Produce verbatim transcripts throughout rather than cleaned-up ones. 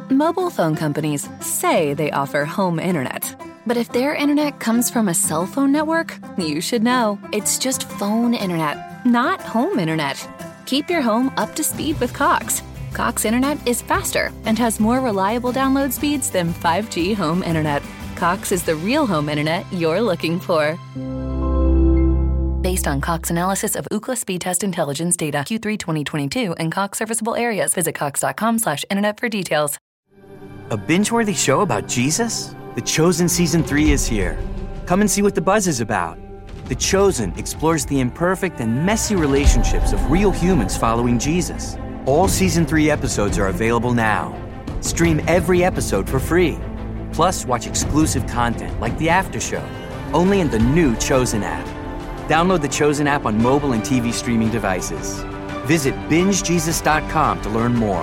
Mobile phone companies say they offer home internet. But if their internet comes from a cell phone network, you should know. It's just phone internet, not home internet. Keep your home up to speed with Cox. Cox Internet is faster and has more reliable download speeds than five G home internet. Cox is the real home internet you're looking for. Based on Cox analysis of Ookla speed test intelligence data Q three twenty twenty-two and Cox serviceable areas. Visit cox.com slash internet for details. A binge-worthy show about Jesus? The Chosen Season three is here. Come and see what the buzz is about. The Chosen explores the imperfect and messy relationships of real humans following Jesus. All Season three episodes are available now. Stream every episode for free. Plus, watch exclusive content like The After Show, only in the new Chosen app. Download the Chosen app on mobile and T V streaming devices. Visit binge jesus dot com to learn more.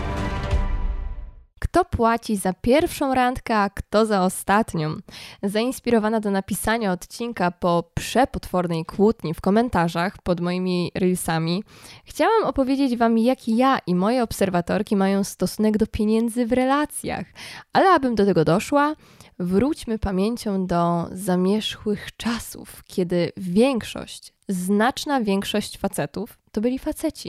Kto płaci za pierwszą randkę, a kto za ostatnią? Zainspirowana do napisania odcinka po przepotwornej kłótni w komentarzach pod moimi reelsami, chciałam opowiedzieć Wam, jak ja i moje obserwatorki mają stosunek do pieniędzy w relacjach. Ale abym do tego doszła, wróćmy pamięcią do zamierzchłych czasów, kiedy większość, znaczna większość facetów to byli faceci.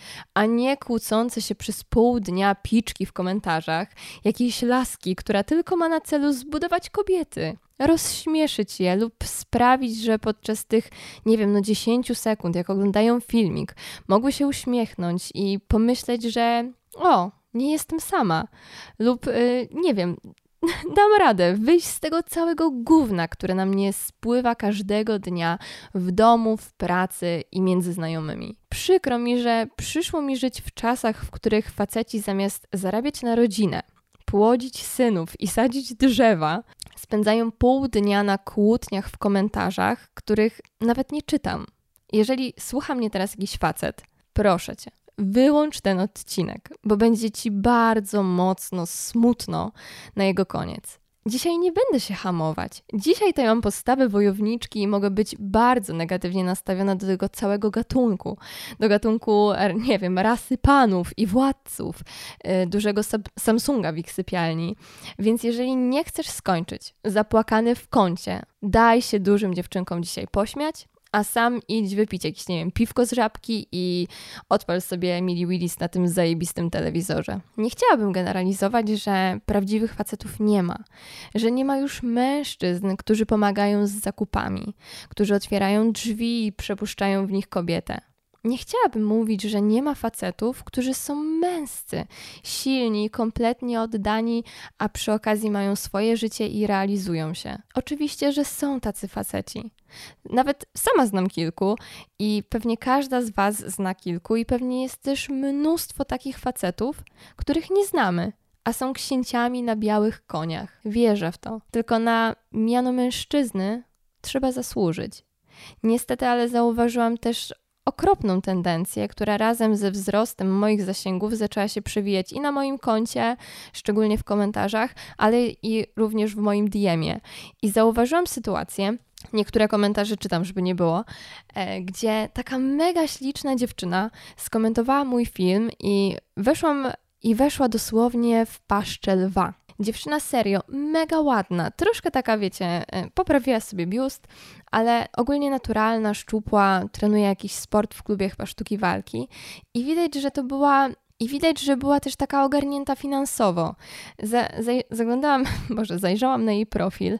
A nie kłócące się przez pół dnia piczki w komentarzach, jakiejś laski, która tylko ma na celu zbudować kobiety, rozśmieszyć je lub sprawić, że podczas tych, nie wiem, no dziesięciu sekund, jak oglądają filmik, mogły się uśmiechnąć i pomyśleć, że o, nie jestem sama lub, yy, nie wiem, dam radę wyjść z tego całego gówna, które na mnie spływa każdego dnia w domu, w pracy i między znajomymi. Przykro mi, że przyszło mi żyć w czasach, w których faceci zamiast zarabiać na rodzinę, płodzić synów i sadzić drzewa, spędzają pół dnia na kłótniach w komentarzach, których nawet nie czytam. Jeżeli słucha mnie teraz jakiś facet, proszę Cię, wyłącz ten odcinek, bo będzie Ci bardzo mocno smutno na jego koniec. Dzisiaj nie będę się hamować. Dzisiaj to ja mam postawę wojowniczki i mogę być bardzo negatywnie nastawiona do tego całego gatunku. Do gatunku, nie wiem, rasy panów i władców, yy, dużego sab- Samsunga w ich sypialni. Więc jeżeli nie chcesz skończyć zapłakany w kącie, daj się dużym dziewczynkom dzisiaj pośmiać, a sam idź wypić jakieś, nie wiem, piwko z żabki i odpal sobie Milli Willis na tym zajebistym telewizorze. Nie chciałabym generalizować, że prawdziwych facetów nie ma, że nie ma już mężczyzn, którzy pomagają z zakupami, którzy otwierają drzwi i przepuszczają w nich kobietę. Nie chciałabym mówić, że nie ma facetów, którzy są męscy, silni, kompletnie oddani, a przy okazji mają swoje życie i realizują się. Oczywiście, że są tacy faceci. Nawet sama znam kilku i pewnie każda z Was zna kilku i pewnie jest też mnóstwo takich facetów, których nie znamy, a są księciami na białych koniach. Wierzę w to. Tylko na miano mężczyzny trzeba zasłużyć. Niestety, ale zauważyłam też okropną tendencję, która razem ze wzrostem moich zasięgów zaczęła się przewijać i na moim koncie, szczególnie w komentarzach, ale i również w moim D M-ie. I zauważyłam sytuację, niektóre komentarze czytam, żeby nie było, e, gdzie taka mega śliczna dziewczyna skomentowała mój film i weszłam i weszła dosłownie w paszczę lwa. Dziewczyna serio, mega ładna, troszkę taka, wiecie, poprawiła sobie biust, ale ogólnie naturalna, szczupła, trenuje jakiś sport w klubie chyba sztuki walki i widać, że to była... I widać, że była też taka ogarnięta finansowo. Za, za, zaglądałam, może zajrzałam na jej profil,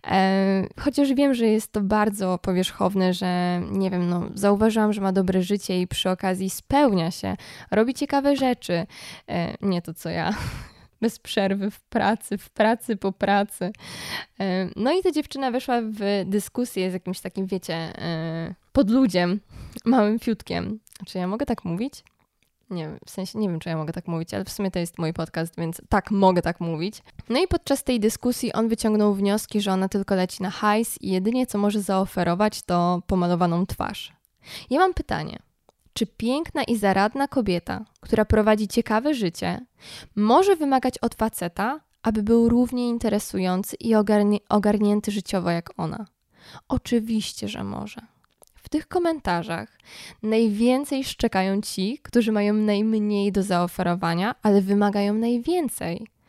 e, chociaż wiem, że jest to bardzo powierzchowne, że nie wiem, no zauważyłam, że ma dobre życie i przy okazji spełnia się, robi ciekawe rzeczy. E, nie to co ja, bez przerwy w pracy, w pracy po pracy. E, no i ta dziewczyna weszła w dyskusję z jakimś takim, wiecie, e, podludziem, małym fiutkiem. Czy ja mogę tak mówić? Nie wiem, w sensie nie wiem, czy ja mogę tak mówić, ale w sumie to jest mój podcast, więc tak, mogę tak mówić. No i podczas tej dyskusji on wyciągnął wnioski, że ona tylko leci na hajs i jedynie co może zaoferować to pomalowaną twarz. Ja mam pytanie, czy piękna i zaradna kobieta, która prowadzi ciekawe życie, może wymagać od faceta, aby był równie interesujący i ogarni- ogarnięty życiowo jak ona? Oczywiście, że może. W tych komentarzach najwięcej szczekają ci, którzy mają najmniej do zaoferowania, ale wymagają najwięcej.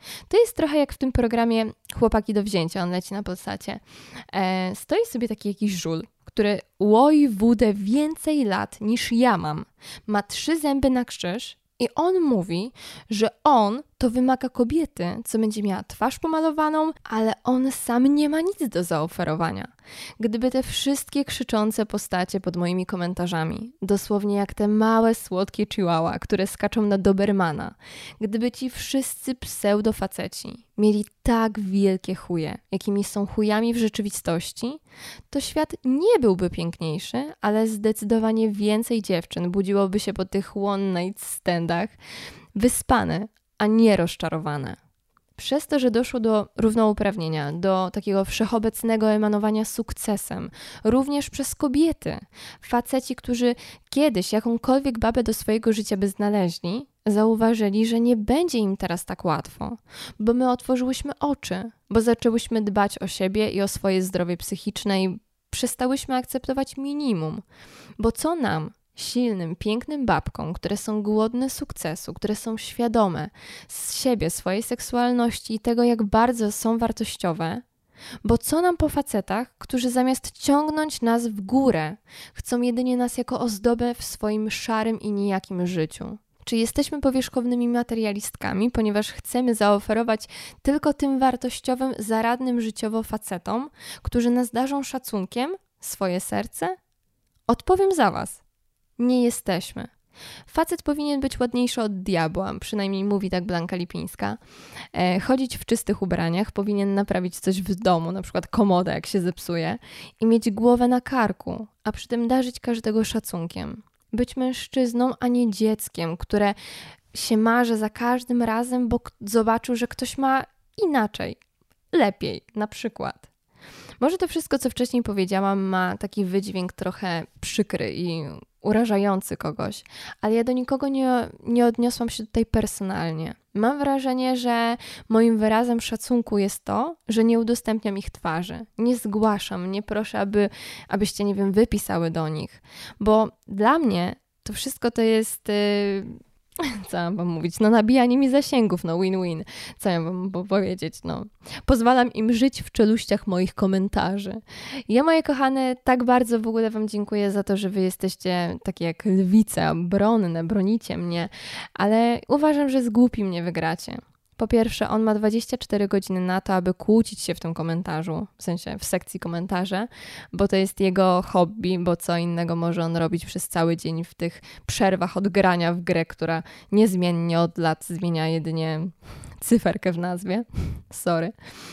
To jest trochę jak w tym programie Chłopaki do wzięcia, on leci na Polsacie. E, stoi sobie taki jakiś żul, który łoi wódę więcej lat niż ja mam. Ma trzy zęby na krzyż i on mówi, że on to wymaga kobiety, co będzie miała twarz pomalowaną, ale on sam nie ma nic do zaoferowania. Gdyby te wszystkie krzyczące postacie pod moimi komentarzami, dosłownie jak te małe, słodkie chihuahua, które skaczą na Dobermana, gdyby ci wszyscy pseudofaceci mieli tak wielkie chuje, jakimi są chujami w rzeczywistości, to świat nie byłby piękniejszy, ale zdecydowanie więcej dziewczyn budziłoby się po tych one night standach wyspane, a nie rozczarowane. Przez to, że doszło do równouprawnienia, do takiego wszechobecnego emanowania sukcesem, również przez kobiety, faceci, którzy kiedyś jakąkolwiek babę do swojego życia by znaleźli, zauważyli, że nie będzie im teraz tak łatwo, bo my otworzyłyśmy oczy, bo zaczęłyśmy dbać o siebie i o swoje zdrowie psychiczne i przestałyśmy akceptować minimum, bo co nam, silnym, pięknym babkom, które są głodne sukcesu, które są świadome z siebie, swojej seksualności i tego, jak bardzo są wartościowe, bo co nam po facetach, którzy zamiast ciągnąć nas w górę, chcą jedynie nas jako ozdobę w swoim szarym i nijakim życiu. Czy jesteśmy powierzchownymi materialistkami, ponieważ chcemy zaoferować tylko tym wartościowym, zaradnym życiowo facetom, którzy nas darzą szacunkiem, swoje serce? Odpowiem za was. Nie jesteśmy. Facet powinien być ładniejszy od diabła, przynajmniej mówi tak Blanka Lipińska. E, chodzić w czystych ubraniach, powinien naprawić coś w domu, na przykład komodę jak się zepsuje i mieć głowę na karku, a przy tym darzyć każdego szacunkiem. Być mężczyzną, a nie dzieckiem, które się marzy za każdym razem, bo zobaczył, że ktoś ma inaczej, lepiej na przykład. Może to wszystko, co wcześniej powiedziałam, ma taki wydźwięk trochę przykry i urażający kogoś, ale ja do nikogo nie, nie odniosłam się tutaj personalnie. Mam wrażenie, że moim wyrazem szacunku jest to, że nie udostępniam ich twarzy, nie zgłaszam, nie proszę, aby, abyście, nie wiem, wypisały do nich, bo dla mnie to wszystko to jest... Yy, Co mam wam mówić? No nabijanie mi zasięgów, no win-win. Co ja mam powiedzieć? No, pozwalam im żyć w czeluściach moich komentarzy. Ja, moje kochane, tak bardzo w ogóle wam dziękuję za to, że wy jesteście takie jak lwice, obronne, bronicie mnie, ale uważam, że z głupim nie wygracie. Po pierwsze, on ma dwadzieścia cztery godziny na to, aby kłócić się w tym komentarzu, w sensie w sekcji komentarze, bo to jest jego hobby, bo co innego może on robić przez cały dzień w tych przerwach od grania w grę, która niezmiennie od lat zmienia jedynie cyferkę w nazwie. Sorry.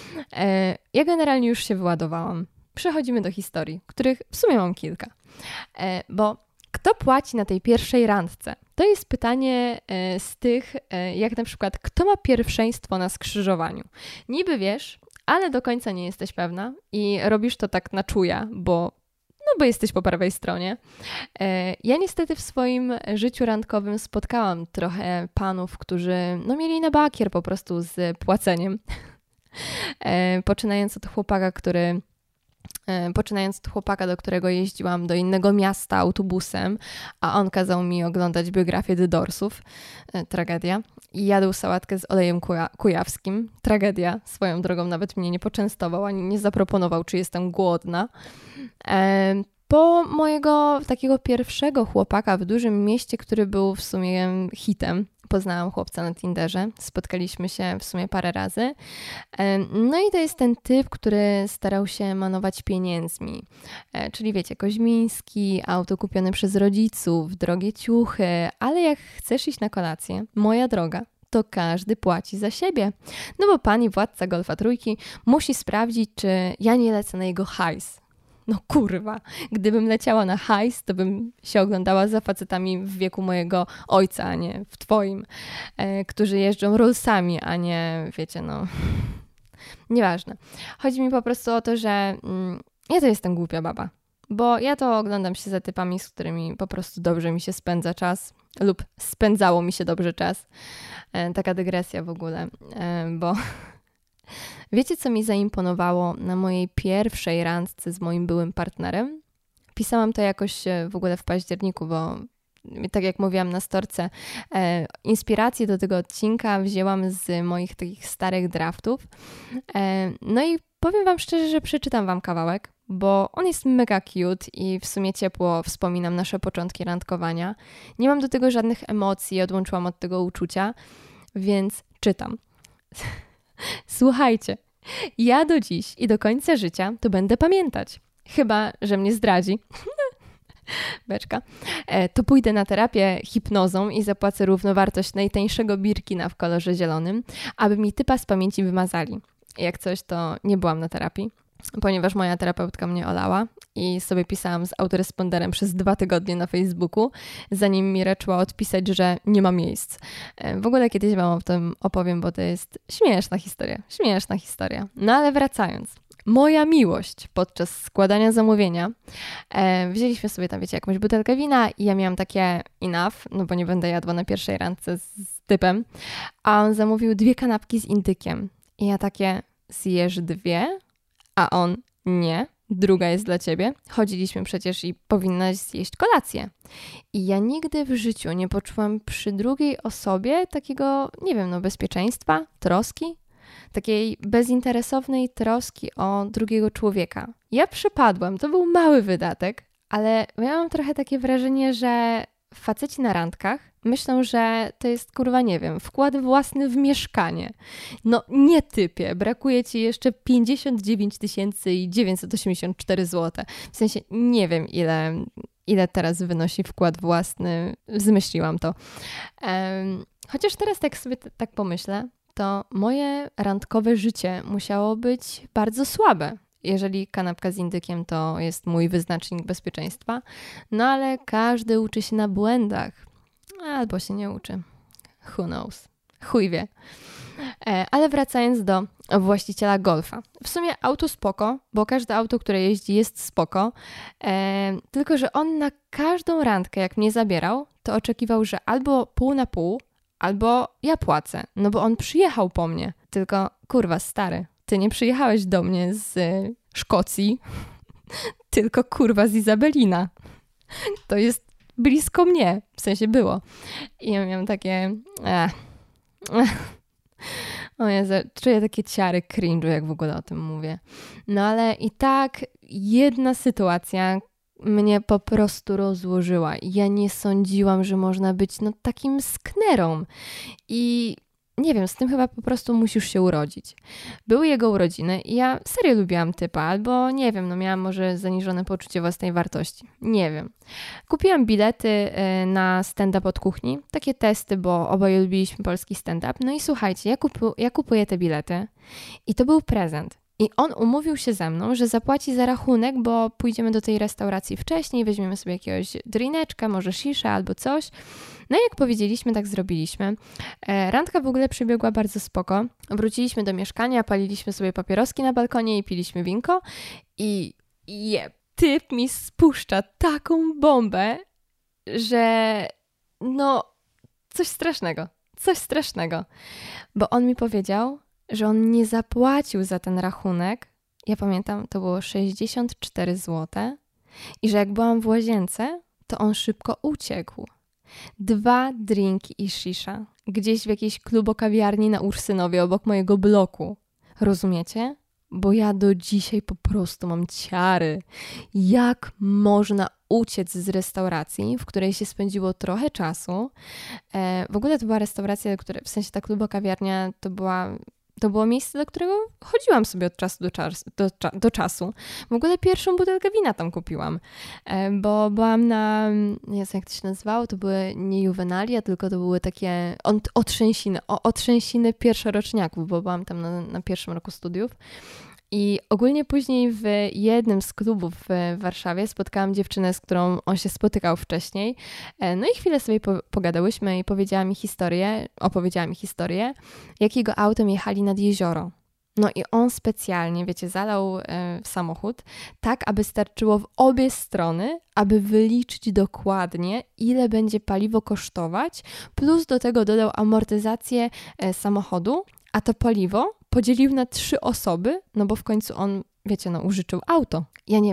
E, ja generalnie już się wyładowałam. Przechodzimy do historii, których w sumie mam kilka, e, bo kto płaci na tej pierwszej randce? To jest pytanie z tych, jak na przykład, kto ma pierwszeństwo na skrzyżowaniu? Niby wiesz, ale do końca nie jesteś pewna i robisz to tak na czuja, bo, no bo jesteś po prawej stronie. Ja niestety w swoim życiu randkowym spotkałam trochę panów, którzy no, mieli na bakier po prostu z płaceniem. Poczynając od chłopaka, który... Poczynając od chłopaka, do którego jeździłam do innego miasta autobusem, a on kazał mi oglądać biografię The Doorsów. Tragedia. I jadł sałatkę z olejem kuja- kujawskim. Tragedia. Swoją drogą nawet mnie nie poczęstował, ani nie zaproponował, czy jestem głodna. E, po mojego takiego pierwszego chłopaka w dużym mieście, który był w sumie hitem, poznałam chłopca na Tinderze, spotkaliśmy się w sumie parę razy. No i to jest ten typ, który starał się emanować pieniędzmi. Czyli wiecie, Koźmiński, auto kupione przez rodziców, drogie ciuchy, ale jak chcesz iść na kolację, moja droga, to każdy płaci za siebie. No bo pani władca Golfa Trójki musi sprawdzić, czy ja nie lecę na jego hajs. No kurwa, gdybym leciała na hajs, to bym się oglądała za facetami w wieku mojego ojca, a nie w twoim, e, którzy jeżdżą Rollsami, a nie, wiecie, no, nieważne. Chodzi mi po prostu o to, że mm, ja to jestem głupia baba, bo ja to oglądam się za typami, z którymi po prostu dobrze mi się spędza czas lub spędzało mi się dobrze czas. E, taka dygresja w ogóle, e, bo... Wiecie, co mi zaimponowało na mojej pierwszej randce z moim byłym partnerem? Pisałam to jakoś w ogóle w październiku, bo tak jak mówiłam na storce, e, inspirację do tego odcinka wzięłam z moich takich starych draftów. E, no i powiem wam szczerze, że przeczytam wam kawałek, bo on jest mega cute i w sumie ciepło wspominam nasze początki randkowania. Nie mam do tego żadnych emocji, odłączyłam od tego uczucia, więc czytam. Słuchajcie, ja do dziś i do końca życia to będę pamiętać. Chyba że mnie zdradzi. Beczka. E, to pójdę na terapię hipnozą i zapłacę równowartość najtańszego Birkina w kolorze zielonym, aby mi typa z pamięci wymazali. Jak coś, to nie byłam na terapii, ponieważ moja terapeutka mnie olała i sobie pisałam z autoresponderem przez dwa tygodnie na Facebooku, zanim mi raczyła odpisać, że nie ma miejsc. W ogóle kiedyś wam o tym opowiem, bo to jest śmieszna historia, śmieszna historia. No ale wracając. Moja miłość podczas składania zamówienia, e, wzięliśmy sobie tam, wiecie, jakąś butelkę wina i ja miałam takie enough, no bo nie będę jadła na pierwszej randce z, z typem, a on zamówił dwie kanapki z indykiem. I ja takie, zjesz dwie? A on, nie, druga jest dla ciebie. Chodziliśmy przecież i powinnaś zjeść kolację. I ja nigdy w życiu nie poczułam przy drugiej osobie takiego, nie wiem, no bezpieczeństwa, troski, takiej bezinteresownej troski o drugiego człowieka. Ja przypadłam, to był mały wydatek, ale miałam trochę takie wrażenie, że faceci na randkach myślą, że to jest, kurwa, nie wiem, wkład własny w mieszkanie. No nie typie, brakuje ci jeszcze pięćdziesiąt dziewięć tysięcy dziewięćset osiemdziesiąt cztery złote. W sensie nie wiem, ile, ile teraz wynosi wkład własny, zmyśliłam to. Um, chociaż teraz tak sobie t- tak pomyślę, to moje randkowe życie musiało być bardzo słabe. Jeżeli kanapka z indykiem to jest mój wyznacznik bezpieczeństwa, no ale każdy uczy się na błędach. Albo się nie uczy. Who knows? Chuj wie. E, ale wracając do właściciela Golfa. W sumie auto spoko, bo każde auto, które jeździ, jest spoko. E, tylko, że on na każdą randkę, jak mnie zabierał, to oczekiwał, że albo pół na pół, albo ja płacę. No bo on przyjechał po mnie. Tylko, kurwa, stary, ty nie przyjechałeś do mnie z y, Szkocji, tylko kurwa z Izabelina. To jest blisko mnie, w sensie było. I ja miałam takie... Ech, ech. O Jezu, czuję takie ciary cringe'u, jak w ogóle o tym mówię. No ale i tak jedna sytuacja mnie po prostu rozłożyła. Ja nie sądziłam, że można być no takim sknerą. I nie wiem, z tym chyba po prostu musisz się urodzić. Były jego urodziny i ja serio lubiłam typa, albo nie wiem, no miałam może zaniżone poczucie własnej wartości. Nie wiem. Kupiłam bilety na stand-up od kuchni, takie testy, bo oboje lubiliśmy polski stand-up. No i słuchajcie, ja, kupu- ja kupuję te bilety i to był prezent. I on umówił się ze mną, że zapłaci za rachunek, bo pójdziemy do tej restauracji wcześniej, weźmiemy sobie jakiegoś drineczka, może shisha albo coś. No i jak powiedzieliśmy, tak zrobiliśmy. E, randka w ogóle przebiegła bardzo spoko. Wróciliśmy do mieszkania, paliliśmy sobie papieroski na balkonie i piliśmy winko. I je, typ mi spuszcza taką bombę, że no coś strasznego, coś strasznego. Bo on mi powiedział, że on nie zapłacił za ten rachunek, ja pamiętam, to było sześćdziesiąt cztery złote i że jak byłam w łazience, to on szybko uciekł. Dwa drinki i shisha, gdzieś w jakiejś klubo-kawiarni na Ursynowie obok mojego bloku. Rozumiecie? Bo ja do dzisiaj po prostu mam ciary. Jak można uciec z restauracji, w której się spędziło trochę czasu? E, w ogóle to była restauracja, która, w sensie ta klubo-kawiarnia to była... To było miejsce, do którego chodziłam sobie od czasu do, czas, do, do czasu. W ogóle pierwszą butelkę wina tam kupiłam, bo byłam na, nie wiem jak to się nazywało, to były nie juwenalia, tylko to były takie otrzęsiny, otrzęsiny pierwszoroczniaków, bo byłam tam na, na pierwszym roku studiów. I ogólnie później w jednym z klubów w Warszawie spotkałam dziewczynę, z którą on się spotykał wcześniej. No i chwilę sobie po- pogadałyśmy i powiedziała mi historię, opowiedziała mi historię, jakiego autem jechali nad jezioro. No i on specjalnie, wiecie, zalał e, samochód tak, aby starczyło w obie strony, aby wyliczyć dokładnie, ile będzie paliwo kosztować, plus do tego dodał amortyzację e, samochodu, a to paliwo podzielił na trzy osoby, no bo w końcu on, wiecie, no użyczył auto. Ja nie wiem,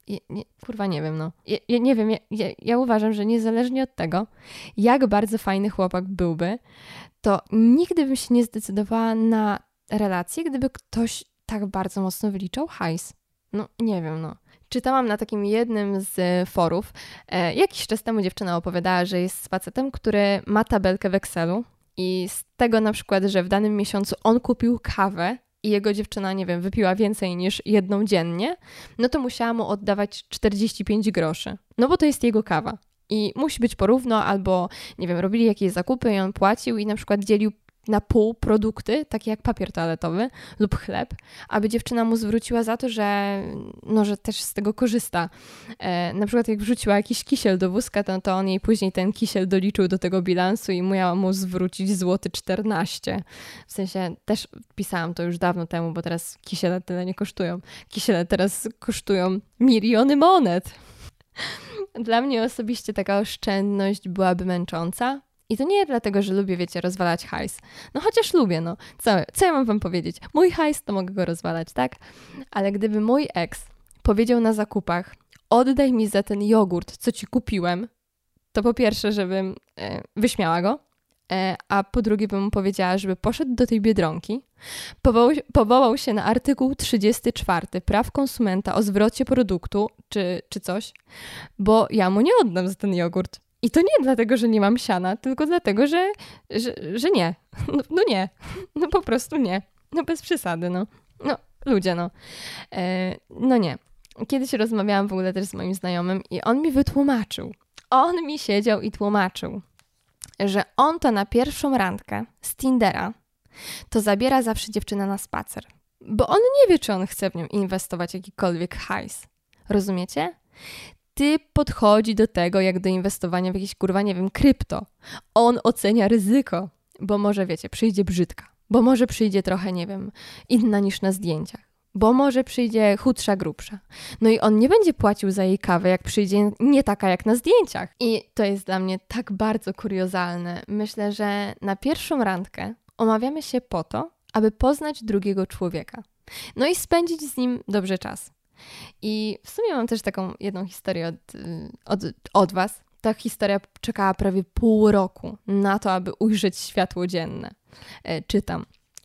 ja, nie, kurwa nie wiem, no. Ja, ja nie wiem, ja, ja, ja uważam, że niezależnie od tego, jak bardzo fajny chłopak byłby, to nigdy bym się nie zdecydowała na relację, gdyby ktoś tak bardzo mocno wyliczał hajs. No nie wiem, no. Czytałam na takim jednym z forów, e, jakiś czas temu dziewczyna opowiadała, że jest z facetem, który ma tabelkę w Excelu i z tego na przykład, że w danym miesiącu on kupił kawę i jego dziewczyna, nie wiem, wypiła więcej niż jedną dziennie, no to musiała mu oddawać czterdzieści pięć groszy. No bo to jest jego kawa. I musi być porówno, albo, nie wiem, robili jakieś zakupy i on płacił i na przykład dzielił na pół produkty, takie jak papier toaletowy lub chleb, aby dziewczyna mu zwróciła za to, że, no, że też z tego korzysta. E, na przykład jak wrzuciła jakiś kisiel do wózka, to, to on jej później ten kisiel doliczył do tego bilansu i miała mu zwrócić złoty czternaście. W sensie też pisałam to już dawno temu, bo teraz kisiele tyle nie kosztują. Kisiele teraz kosztują miliony monet. Dla mnie osobiście taka oszczędność byłaby męcząca. I to nie dlatego, że lubię, wiecie, rozwalać hajs. No chociaż lubię, no. Co, co ja mam wam powiedzieć? Mój hajs, to mogę go rozwalać, tak? Ale gdyby mój ex powiedział na zakupach, oddaj mi za ten jogurt, co ci kupiłem, to po pierwsze, żebym e, wyśmiała go, e, a po drugie bym mu powiedziała, żeby poszedł do tej Biedronki, powołał, powołał się na artykuł trzydziesty czwarty praw konsumenta o zwrocie produktu, czy, czy coś, bo ja mu nie oddam za ten jogurt. I to nie dlatego, że nie mam siana, tylko dlatego, że, że, że nie. No, no nie. No po prostu nie. No bez przesady, no. No, ludzie, no. E, no nie. Kiedyś rozmawiałam w ogóle też z moim znajomym i on mi wytłumaczył. On mi siedział i tłumaczył, że on to na pierwszą randkę z Tindera to zabiera zawsze dziewczynę na spacer. Bo on nie wie, czy on chce w nią inwestować jakikolwiek hajs. Rozumiecie? Typ podchodzi do tego jak do inwestowania w jakieś, kurwa, nie wiem, krypto. On ocenia ryzyko, bo może, wiecie, przyjdzie brzydka, bo może przyjdzie trochę, nie wiem, inna niż na zdjęciach, bo może przyjdzie chudsza, grubsza. No i on nie będzie płacił za jej kawę, jak przyjdzie nie taka jak na zdjęciach. I to jest dla mnie tak bardzo kuriozalne. Myślę, że na pierwszą randkę omawiamy się po to, aby poznać drugiego człowieka. No i spędzić z nim dobrze czas. I w sumie mam też taką jedną historię od, od, od was. Ta historia czekała prawie pół roku na to, aby ujrzeć światło dzienne. E, czytam.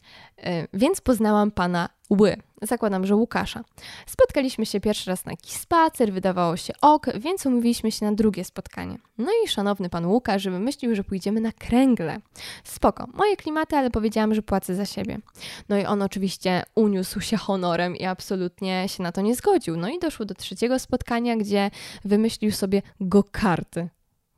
E, więc poznałam pana Ły. Zakładam, że Łukasza. Spotkaliśmy się pierwszy raz na jakiś spacer, wydawało się ok, więc umówiliśmy się na drugie spotkanie. No i szanowny pan Łukasz wymyślił, że pójdziemy na kręgle. Spoko, moje klimaty, ale powiedziałam, że płacę za siebie. No i on oczywiście uniósł się honorem i absolutnie się na to nie zgodził. No i doszło do trzeciego spotkania, gdzie wymyślił sobie go-karty.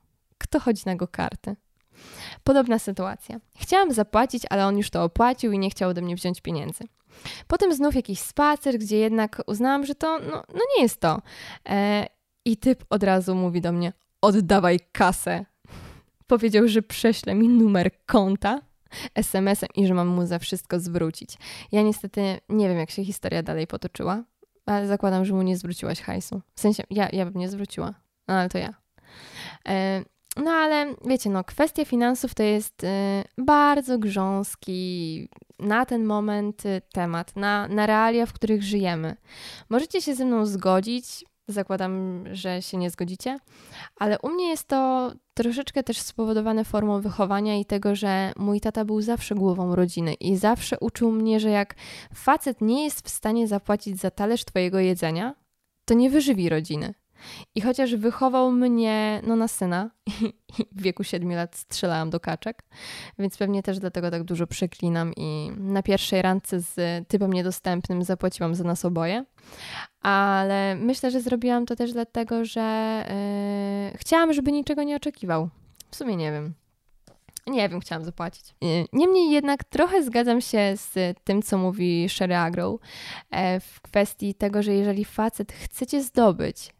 Kto chodzi na go-karty? Podobna sytuacja. Chciałam zapłacić, ale on już to opłacił i nie chciał ode mnie wziąć pieniędzy. Potem znów jakiś spacer, gdzie jednak uznałam, że to no, no nie jest to. E, I typ od razu mówi do mnie, oddawaj kasę. Powiedział, że prześle mi numer konta es em esem i że mam mu za wszystko zwrócić. Ja niestety nie wiem, jak się historia dalej potoczyła, ale zakładam, że mu nie zwróciłaś hajsu. W sensie, ja, ja bym nie zwróciła, no ale to ja. E, No ale wiecie, no kwestia finansów to jest y, bardzo grząski na ten moment y, temat, na, na realia, w których żyjemy. Możecie się ze mną zgodzić, zakładam, że się nie zgodzicie, ale u mnie jest to troszeczkę też spowodowane formą wychowania i tego, że mój tata był zawsze głową rodziny i zawsze uczył mnie, że jak facet nie jest w stanie zapłacić za talerz twojego jedzenia, to nie wyżywi rodziny. I chociaż wychował mnie no, na syna i w wieku siedmiu lat strzelałam do kaczek, więc pewnie też dlatego tak dużo przeklinam i na pierwszej randce z typem niedostępnym zapłaciłam za nas oboje. Ale myślę, że zrobiłam to też dlatego, że yy, chciałam, żeby niczego nie oczekiwał. W sumie nie wiem. Nie wiem, chciałam zapłacić. Niemniej jednak trochę zgadzam się z tym, co mówi Sherry Agro w kwestii tego, że jeżeli facet chce cię zdobyć,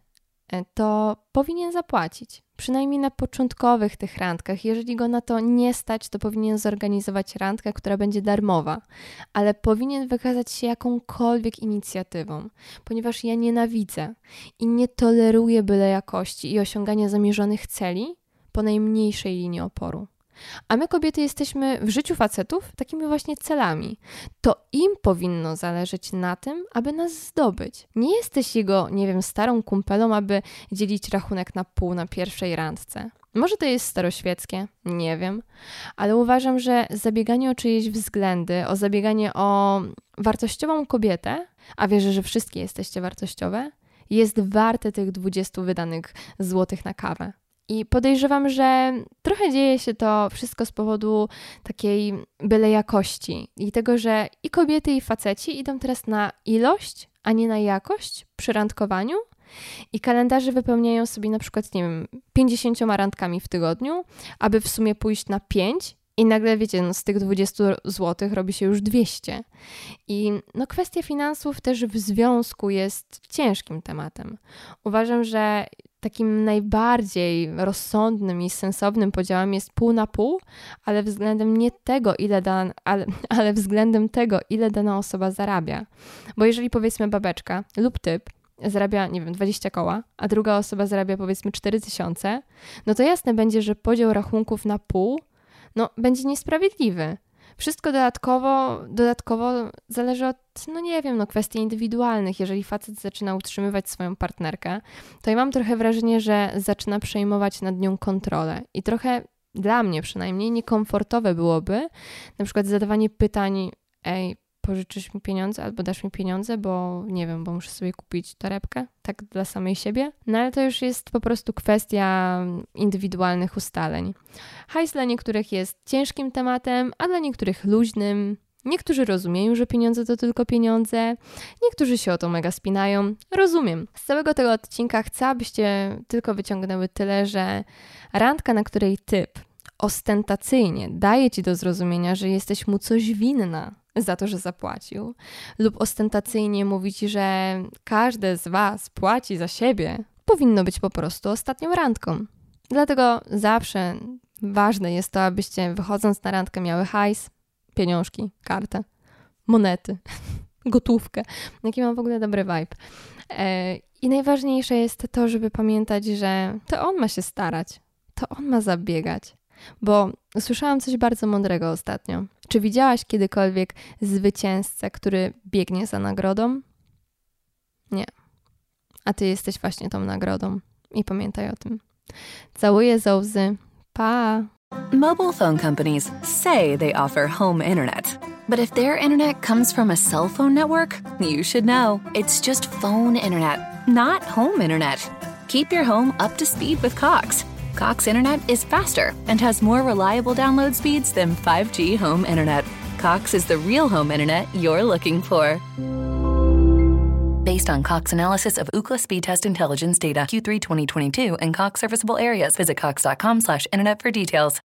to powinien zapłacić. Przynajmniej na początkowych tych randkach. Jeżeli go na to nie stać, to powinien zorganizować randkę, która będzie darmowa. Ale powinien wykazać się jakąkolwiek inicjatywą. Ponieważ ja nienawidzę i nie toleruję byle jakości i osiągania zamierzonych celi po najmniejszej linii oporu. A my kobiety jesteśmy w życiu facetów takimi właśnie celami. To im powinno zależeć na tym, aby nas zdobyć. Nie jesteś jego, nie wiem, starą kumpelą, aby dzielić rachunek na pół na pierwszej randce. Może to jest staroświeckie, nie wiem, ale uważam, że zabieganie o czyjeś względy, o zabieganie o wartościową kobietę, a wierzę, że wszystkie jesteście wartościowe, jest warte tych dwudziestu wydanych złotych na kawę. I podejrzewam, że trochę dzieje się to wszystko z powodu takiej byle jakości i tego, że i kobiety, i faceci idą teraz na ilość, a nie na jakość przy randkowaniu i kalendarze wypełniają sobie na przykład, nie wiem, pięćdziesięcioma randkami w tygodniu, aby w sumie pójść na pięć i nagle, wiecie, no z tych dwudziestu złotych robi się już dwieście. I no kwestia finansów też w związku jest ciężkim tematem. Uważam, że takim najbardziej rozsądnym i sensownym podziałem jest pół na pół, ale względem nie tego, ile dan, ale, ale względem tego, ile dana osoba zarabia. Bo jeżeli powiedzmy babeczka lub typ zarabia, nie wiem, dwadzieścia koła, a druga osoba zarabia powiedzmy cztery tysiące, no to jasne będzie, że podział rachunków na pół no, będzie niesprawiedliwy. Wszystko dodatkowo, dodatkowo zależy od, no nie wiem, no kwestii indywidualnych. Jeżeli facet zaczyna utrzymywać swoją partnerkę, to ja mam trochę wrażenie, że zaczyna przejmować nad nią kontrolę. I trochę, dla mnie przynajmniej, niekomfortowe byłoby na przykład zadawanie pytań, ej, pożyczysz mi pieniądze albo dasz mi pieniądze, bo nie wiem, bo muszę sobie kupić torebkę, tak dla samej siebie. No ale to już jest po prostu kwestia indywidualnych ustaleń. Hajs dla niektórych jest ciężkim tematem, a dla niektórych luźnym. Niektórzy rozumieją, że pieniądze to tylko pieniądze, niektórzy się o to mega spinają. Rozumiem. Z całego tego odcinka chcę, abyście tylko wyciągnęły tyle, że randka, na której typ ostentacyjnie daje ci do zrozumienia, że jesteś mu coś winna za to, że zapłacił, lub ostentacyjnie mówi ci, że każde z was płaci za siebie, powinno być po prostu ostatnią randką. Dlatego zawsze ważne jest to, abyście wychodząc na randkę miały hajs, pieniążki, kartę, monety, gotówkę. Jaki mam w ogóle dobry vibe. I najważniejsze jest to, żeby pamiętać, że to on ma się starać, to on ma zabiegać. Bo słyszałam coś bardzo mądrego ostatnio. Czy widziałaś kiedykolwiek zwycięzcę, który biegnie za nagrodą? Nie. A ty jesteś właśnie tą nagrodą. I pamiętaj o tym. Całuję za łzy. Pa! Mobile phone companies say they offer home internet. But if their internet comes from a cell phone network, you should know. It's just phone internet, not home internet. Keep your home up to speed with Cox. Cox Internet is faster and has more reliable download speeds than five G home internet. Cox is the real home internet you're looking for. Based on Cox analysis of Ookla speed test intelligence data Q three twenty twenty-two and Cox serviceable areas, visit cox dot com slash internet for details.